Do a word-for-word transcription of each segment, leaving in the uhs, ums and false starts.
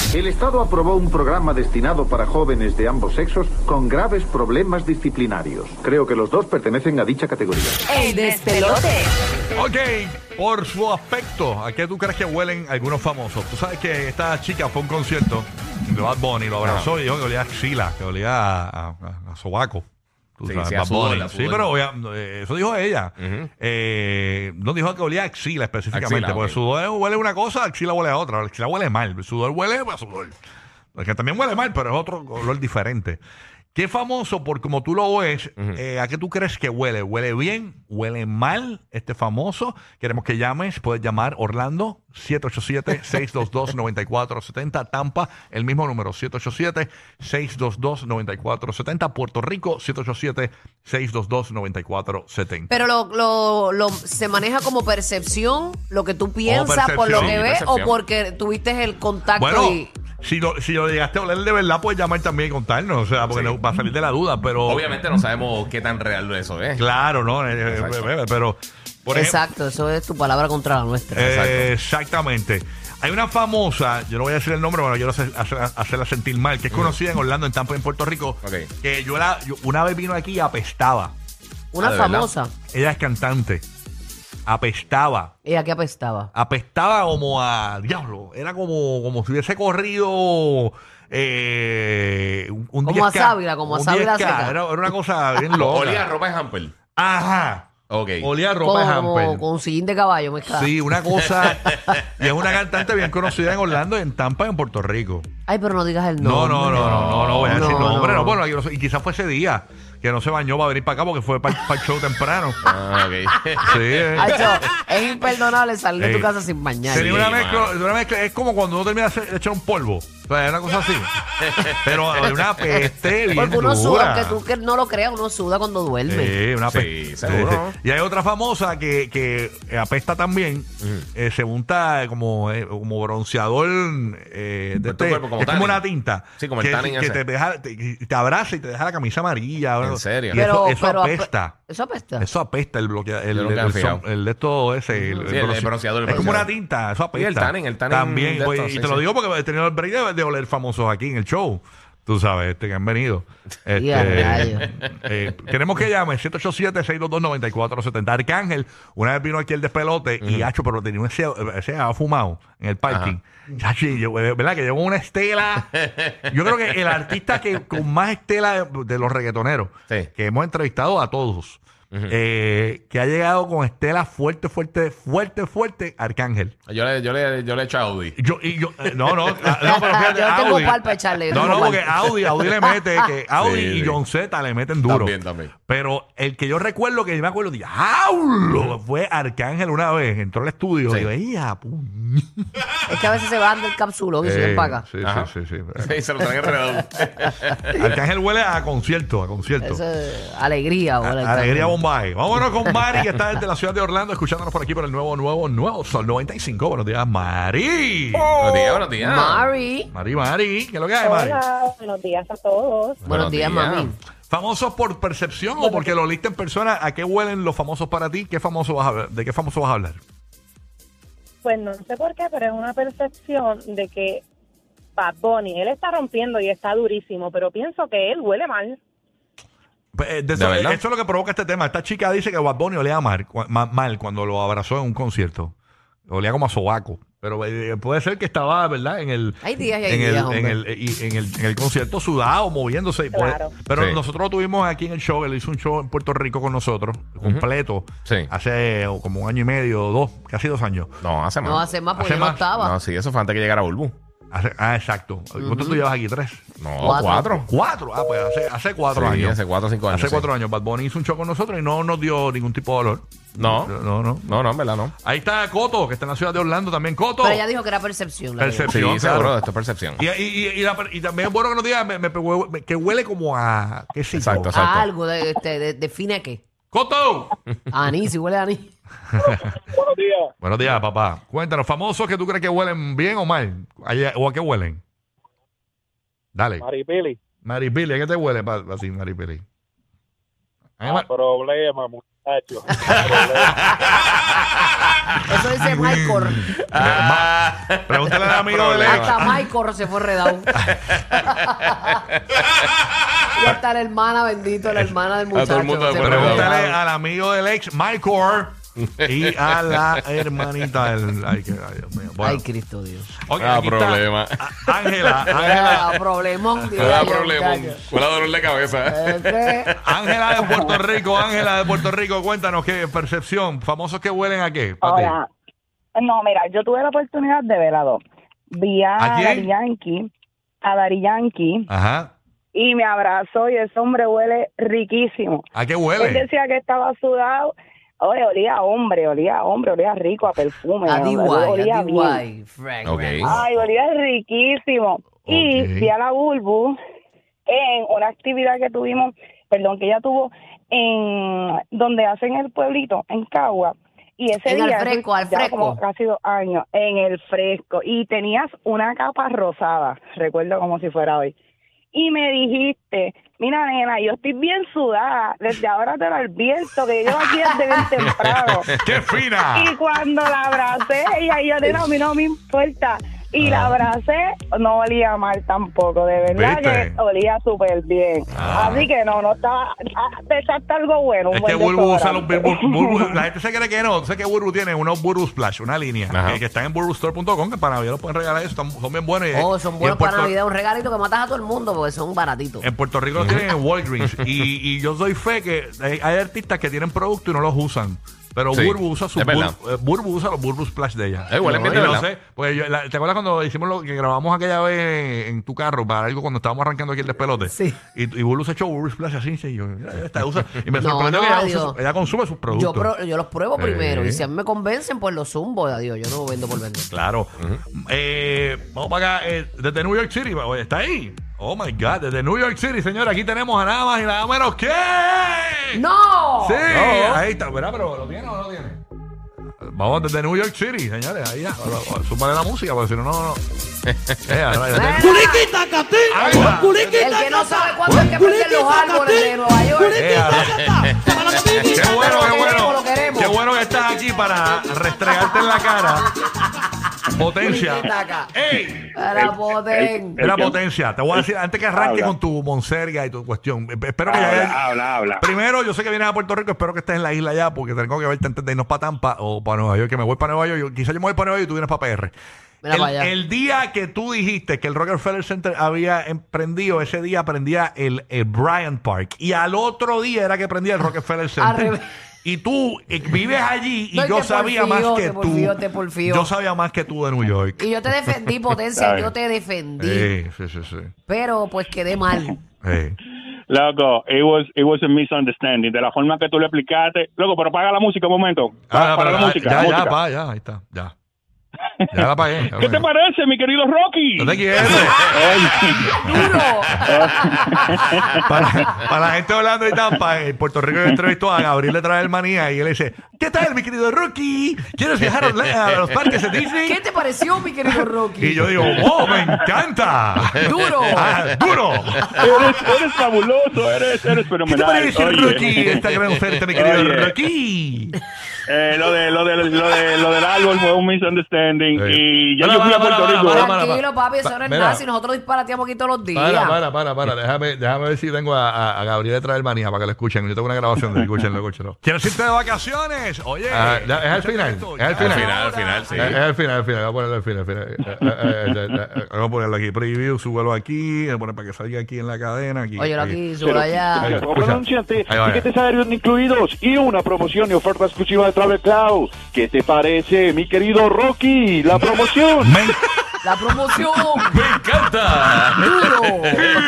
El Estado aprobó un programa destinado para jóvenes de ambos sexos con graves problemas disciplinarios. Creo que los dos pertenecen a dicha categoría. ¡El despelote! Ok, por su aspecto, ¿a qué tú crees que huelen algunos famosos? Tú sabes que esta chica fue a un concierto de Bad Bunny, lo abrazó y dijo que olía a axila, que olía a, a, a sobaco. Tú Sí, sabes, sí, Bad a sudor, Bunny. a Sí, sudor. pero oye, eh, eso dijo ella. Ujú. Eh, no dijo que olía a axila específicamente, Axila, porque ok. el sudor huele a una cosa, axila huele a otra. La axila huele mal, el sudor huele a sudor. Que también huele mal, pero es otro olor diferente. ¿Qué famoso, por como tú lo ves, Ujú. eh, a qué tú crees que huele? ¿Huele bien? ¿Huele mal este famoso? Queremos que llames. Puedes llamar Orlando siete ocho siete, seis dos dos, nueve cuatro siete cero. Tampa, el mismo número, siete ocho siete, seis dos dos, nueve cuatro siete cero. Puerto Rico, siete ocho siete, seis dos dos, nueve cuatro siete cero. Pero lo, lo, lo- se maneja como percepción, lo que tú piensas por lo percepción, que sí, ves, percepción. o porque tuviste el contacto Bueno, y... si lo, si lo llegaste a oler de verdad, puedes llamar también y contarnos. O sea, porque Sí. no, va a salir de la duda, pero... Obviamente no sabemos qué tan real eso es. Claro, ¿no? Eh, eh, Exacto. eh, pero... por ejemplo, Exacto, eso es tu palabra contra la nuestra. Eh, exactamente. Hay una famosa, yo no voy a decir el nombre, pero quiero hacer- hacer- hacerla sentir mal, que es conocida en Orlando, en Tampa, en Puerto Rico. Ok. Que yo, la, yo una vez vino aquí y apestaba. Una Ah, ¿de verdad? famosa. Ella es cantante. Apestaba. Ella que apestaba. Apestaba como a diablo. Era como, como si hubiese corrido eh, un, un Como a 10K, sábila, como a un sábila 10K. seca. Era, era una cosa bien loca. Olía a ropa de Hamper. Ajá. Ok. Olía a ropa de Como, Hamper. con un sillín de caballo mezclado. Sí, una cosa. Y es una cantante bien conocida en Orlando, en Tampa, en Puerto Rico. Ay, pero no digas el No, nombre. no, no, no, no, no voy a decir No, nombre. no. No, bueno, yo no sé, y quizás fue ese día que no se bañó para venir para acá porque fue para, el show temprano. Ah, ok. Sí, eh. Acho, es imperdonable salir de Ey. tu casa sin bañar. Tenía una Sí, mezcla, mano. una mezcla, es como cuando uno termina de hacer- de echar un polvo. O sea, es una cosa así. Pero hay una peste bien Porque uno suda, dura. aunque tú que no lo creas, uno suda cuando duerme. Sí, una Sí, peste. seguro. Y hay otra famosa que, que apesta también. eh, se unta como, eh, como bronceador eh, de Por tu este- cuerpo, como es como tanning. una tinta. Sí, como el que, tanning que ese. te, deja, te, te abraza y te deja la camisa amarilla. ¿En serio? Y Pero, eso, eso pero ape- apesta. Eso apesta. Eso apesta el bloqueador, el, Yo nunca el, me he el, fijado. son- el de esto ese. El, Sí, el- el bronce- bronceador, el Es como una bronceador. tinta, eso apesta. Sí, el tanning, el tanning También, de pues, esto, y sí, te lo sí. digo porque he tenido el break de, de oler famosos aquí en el show. Tú sabes, este que han venido. Este, Y a rayos. eh, queremos que llame siete ocho siete, seis dos dos, nueve cuatro siete cero. Arcángel, una vez vino aquí el despelote y hacho, pero tenía ese, ese había fumado en el parking. Chacho, y yo, eh, ¿verdad? Que llevó una estela. Yo creo que el artista que con más estela de, de los reggaetoneros, Sí. que hemos entrevistado a todos, eh, que ha llegado con estela fuerte, fuerte, fuerte, fuerte, Arcángel. Yo le, yo le, yo le echo a Audi. Yo, y yo, eh, no, no, ah, no, pero fíjate, Yo tengo Audi. pal para echarle, yo No, tengo no, pal. porque Audi, Audi le mete, que Audi Sí, y sí. John Z le meten duro. También, también. Pero el que yo recuerdo, que yo me acuerdo, ¡diablo! Fue Arcángel una vez, entró al estudio Sí. y yo, ¡ella, puñ! Es que a veces se van del capsulón y Eh, siguen para acá. Sí, Ajá. sí, sí, sí. Sí, se lo traen alrededor. Arcángel huele a concierto, a concierto. Eso es alegría. huele el A- Alegría cambio. Bombay. Vámonos con Mari, que está desde la ciudad de Orlando, escuchándonos por aquí por el nuevo, nuevo, nuevo Sol noventa y cinco. Buenos días, Mari. Buenos días, buenos días. Mari. Mari, Mari. ¿Qué es lo que hay, Mari? Hola, buenos días a todos. Buenos días, mami. ¿Famosos por percepción o porque lo liste en persona? ¿A qué huelen los famosos para ti? ¿Qué famoso vas a hablar? ¿De qué famoso vas a hablar? Pues no sé por qué, pero es una percepción de que Bad Bunny, él está rompiendo y está durísimo, pero pienso que él huele mal. Pues, eh, de ¿De eso, verdad? eso es lo que provoca este tema. Esta chica dice que Bad Bunny olía mal, cu- ma- mal cuando lo abrazó en un concierto. Olía como a sobaco. Pero eh, puede ser que estaba, ¿verdad? En el, Hay días y hay en el, días, en hombre. el, y- en el, en el concierto sudado, moviéndose. y puede- Claro. pero Sí. nosotros lo tuvimos aquí en el show. Él hizo un show en Puerto Rico con nosotros, completo. Sí. Hace oh, como un año y medio, dos, casi dos años. No, hace más. No hace más porque Hace yo no más. estaba. No, sí, eso fue antes que llegara Bulbu. Hace- ah, exacto. ¿Cuánto tú llevas aquí? ¿Tres? No, Cuatro. cuatro. ¿Cuatro? Ah, pues hace, hace cuatro Sí, años. hace cuatro o cinco años. Hace sí. cuatro años. Bad Bunny hizo un show con nosotros y no nos dio ningún tipo de dolor. No. No, no. No, no, en verdad no. Ahí está Coto, que está en la ciudad de Orlando también. Coto. Pero ella dijo que era percepción. la Percepción. verdad. Sí, claro. seguro, esto es percepción. Y, y, y, y la- y también es bueno que nos diga me- me- me- que huele como a... ¿Qué sé yo? Exacto, exacto. A algo, de, este, de, define qué. ¡Coto! A anís, si huele a anís. Buenos días. Buenos días, papá. Cuéntanos, famosos que tú crees que huelen bien o mal. Allá- ¿O a qué huelen? Dale. Maripili, Maripili, ¿a qué te huele pa- así, Maripili? A mí, no Mar- problema, muchacho. Hacho. Eso dice Michael. Ah, Pregúntale al amigo del ex. Hasta Michael se fue redado. Y hasta la hermana, bendito, la hermana del muchacho. todo el mundo se se fue fue redado. Pregúntale redado. al amigo del ex, Michael. Y a la hermanita del. Ay, que, ay, Dios mío. Bueno. Ay, Cristo Dios. Ok, Ah, aquí está. problema. A- Ángela, Ángela. Ah, problemón. Me diría da yo, problema. muchacho. Fue la dolor de cabeza. Es que- Ángela de Puerto Rico, Ángela de Puerto Rico, cuéntanos qué percepción. ¿Famosos que huelen a qué? Pa' ti. Ahora, no, mira, yo tuve la oportunidad de ver a dos. Vi a, ¿A quién? Daddy Yankee, a Daddy Yankee, Ajá. y me abrazó y ese hombre huele riquísimo. ¿A qué Él huele? decía que estaba sudado. Oye, olía a hombre, olía a hombre, olía rico, a perfume. A D Y, a olía D bien. Y. Frank. Ok. Ay, olía riquísimo. Y Ok. vi a la Bulbu en una actividad que tuvimos, perdón, que ella tuvo en donde hacen el pueblito, en Cagua. Y ese En el día, fresco, al ya fresco. como casi dos años, en el fresco. Y tenías una capa rosada, recuerdo como si fuera hoy. Y me dijiste, mira, nena, yo estoy bien sudada, desde ahora te lo advierto, que yo aquí desde bien temprano. ¡Qué fina! Y cuando la abracé, ella, yo, nena, a mí no me importa. Y la abracé, no olía mal tampoco, de verdad ¿Viste? que olía súper bien. Ah. Así que no, no estaba, ah, te echaste algo bueno. Un Es que buen Burbu usa los desodorante. Burbu- Burbu- la gente se cree que no. Sé que Burbu tiene unos Burbu Splash, una línea Ajá. que, que están en burbu store punto com, que para Navidad los pueden regalar eso, están- son bien buenos. Y, Oh, son y en buenos para Puerto- Navidad. Un regalito que matas a todo el mundo porque son baratitos. En Puerto Rico lo tienen en Walgreens. y, y yo doy fe que hay, hay artistas que tienen producto y no los usan. Pero Sí, Burbu usa sus es verdad. Bur- eh, Burbu usa los Burbu Splash de ella. Eh, huelen bien de Y lo verdad. sé, porque yo- la- ¿te acuerdas cuando hicimos lo que grabamos aquella vez en tu carro para algo cuando estábamos arrancando aquí el despelote? Sí. Y, y Burbu se echó Burbu Splash así, y yo, mira, esta usa. Y me No, sorprendió no, que ella, adiós. usa su- ella consume sus productos. Yo, pro- yo los pruebo Sí. primero y si a mí me convencen, pues los zumbo. Adiós, yo no vendo por vender. Claro. Eh, vamos para acá, eh, desde New York City. Oye, ¿está ahí? Oh my God, desde New York City, señora. Aquí tenemos a nada más y nada menos que. ¡No! Sí, No. ahí está. Verá, pero ¿lo tiene o no lo tiene? Vamos desde New York City, señores. Ahí ya. Súmale la música, porque si no, no. no. Eh, ahora, ahí está. Ahí va. El que no sabe cuándo es que prenden los árboles de Nueva York. Eh, ahora. Qué bueno, Lo qué queremos, bueno. lo queremos. Qué bueno que estás aquí para restregarte en la cara. Potencia. Acá. ¡Ey! Para poten. Mira, potencia, te voy a decir, antes que arranque Habla. con tu monserga y tu cuestión, eh, espero que ya Habla, habla, habla. primero, yo sé que vienes a Puerto Rico, espero que estés en la isla ya, porque tengo que verte antes de irnos para Tampa o para Nueva York, que me voy para Nueva York, yo- quizás yo me voy para Nueva York y tú vienes para P R. Mira El, para allá. el día que tú dijiste que el Rockefeller Center había emprendido, ese día prendía el, el Bryant Park, y al otro día era que prendía el Rockefeller Center. revés. Y tú eh, vives allí y No, y yo te sabía porfío, más que te tú. porfío, te porfío. Yo sabía más que tú de New York. Y yo te defendí, potencia, yo te defendí. Sí, sí, sí, sí. Pero pues quedé mal. Sí. Loco, it was, it was a misunderstanding. De la forma que tú le explicaste. Loco, pero paga la música un momento. Ah, Paga pero, la ah, música. ya, la ya, música. pa, ya, ahí está, ya. Ya la pagué. ¿Qué te parece, mi querido Rocky? No te quieres. ¡Duro! para, para la gente hablando de Tampa, en Puerto Rico yo entrevistó a Gabriel de Traer Manía y él dice, ¿qué tal, mi querido Rocky? ¿Quieres viajar a Orla- a los parques de Disney? ¿Qué te pareció, mi querido Rocky? Y yo digo, ¡oh, me encanta! ¡Duro! Ah, ¡duro! Eres, eres fabuloso, eres, eres ¿Qué fenomenal. te parece, Oye. Rocky? Esta gran oferta, mi querido Oye. Rocky. Eh, lo, de, lo, de, lo, de, lo del árbol fue un misunderstanding. Sí. Y ya Para, yo fui a para, Puerto para, Rico. para, para. Tranquilo, papi, eso no es Mira. nada. Si nosotros disparateamos aquí todos los días. Para, para, para, para. Déjame, déjame ver si tengo a, a, a Gabriel de Traer Manía para que lo escuchen. Yo tengo una grabación de él. Escúchenlo, escúchenlo. ¿Quieres irte de vacaciones? Oye. Ah, ya, es al final. Es al Al final. final, al final, sí. Es es al final, al final. Voy a ponerlo al final. Al final. Eh, eh, eh, eh, eh, Vamos a ponerlo aquí. Preview, súbelo aquí. Voy a poner para que salga aquí en la cadena. Aquí, Oye, aquí. aquí, sube allá. Ahí va, Como escucha. anunciante, Ahí va, ahí va. tiquetes aéreos incluidos y una promoción y oferta exclusiva de Travel Cloud. ¿Qué te parece, mi querido Rocky? La promoción. Me, La promoción. me encanta. ¡Duro!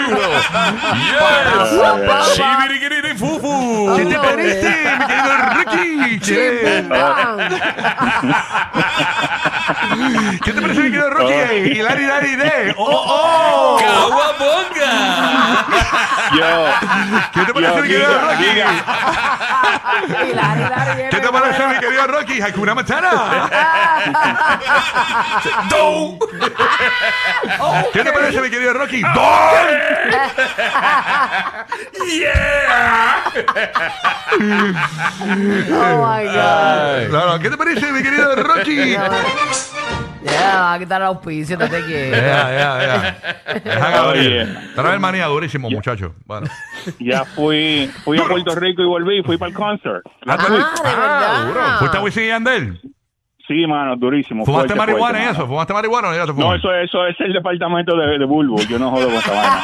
Yes. Shibiriquiriri, fufu. ¿Qué te Hombre. parece, mi querido Rocky? Che. Chimbimban. ¿Qué te parece mi querido Rocky? Y Larry Larry de. ¡Oh, oh! ¡Caguaponga! Yo, ¿Qué te parece yo, mi querido diga, Rocky? diga. Hilari, Hilari, ¿Qué te parece mi querido Rocky? Hakuna Matata. ¡Dou! ¿Qué te parece mi querido Rocky? ¡Don! ¡Yeah! Oh my God. No, no, ¿qué te parece mi querido Rocky? Ya, va a quitar el auspicio, no te quiero. Ya, ya, ya. Deja a Gabriel. Oye. Trae el manía durísimo, muchacho. Bueno. Ya fui, fui a Puerto Rico y volví, fui para el concert. Ah, Ah, de verdad. duro. ¿Fuiste a Wisin y Yandel? Sí, mano, durísimo. ¿Fumaste fuerte, marihuana fuerte, y eso? mano. ¿Fumaste marihuana o no? Ya te No, fumas? eso, eso es el departamento de, de Bulbo. Yo no jodo con esa vaina.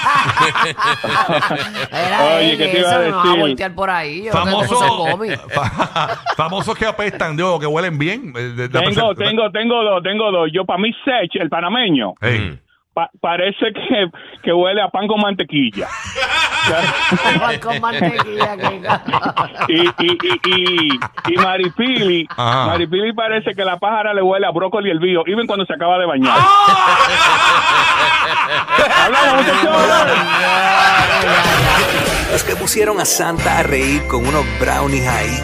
Era Oye, él, ¿qué te que iba a eso, no va a decir? voltear por ahí. Yo creo que eso se Famosos come. fa- famosos que apestan, digo, que huelen bien. eh, de- de- Tengo, de- tengo, tengo dos, tengo dos. Yo, para mí, Sech, el panameño, Ey. pa- parece que, que huele a pan con mantequilla. Con mantequilla, que Y, y, y, y, y Maripili, Ajá. Maripili parece que la pájara le huele a brócoli hervido, y ven cuando se acaba de bañar. Hablamos, muchachos. Los que pusieron a Santa a reír con unos brownies ahí.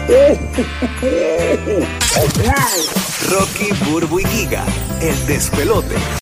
Rocky, Burbu y Giga, el despelote.